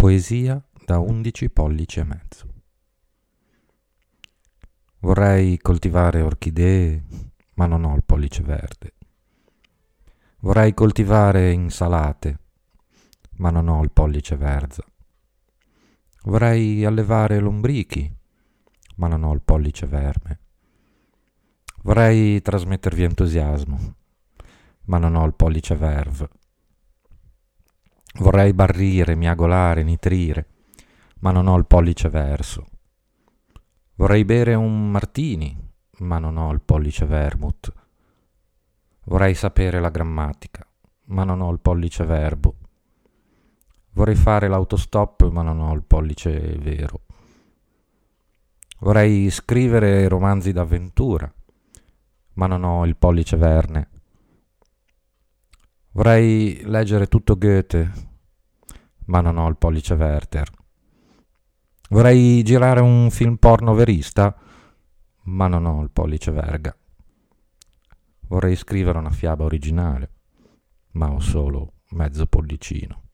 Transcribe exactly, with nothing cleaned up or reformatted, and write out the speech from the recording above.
Poesia da undici pollici e mezzo. Vorrei coltivare orchidee, ma non ho il pollice verde. Vorrei coltivare insalate, ma non ho il pollice verza. Vorrei allevare lombrichi, ma non ho il pollice verme. Vorrei trasmettervi entusiasmo, ma non ho il pollice verve. Vorrei barrire, miagolare, nitrire, ma non ho il pollice verso. Vorrei bere un martini, ma non ho il pollice vermouth. Vorrei sapere la grammatica, ma non ho il pollice verbo. Vorrei fare l'autostop, ma non ho il pollice vero. Vorrei scrivere romanzi d'avventura, ma non ho il pollice verne. Vorrei leggere tutto Goethe, ma non ho il pollice Werther. Vorrei girare un film porno verista, ma non ho il pollice verga. Vorrei scrivere una fiaba originale, ma ho solo mezzo pollicino.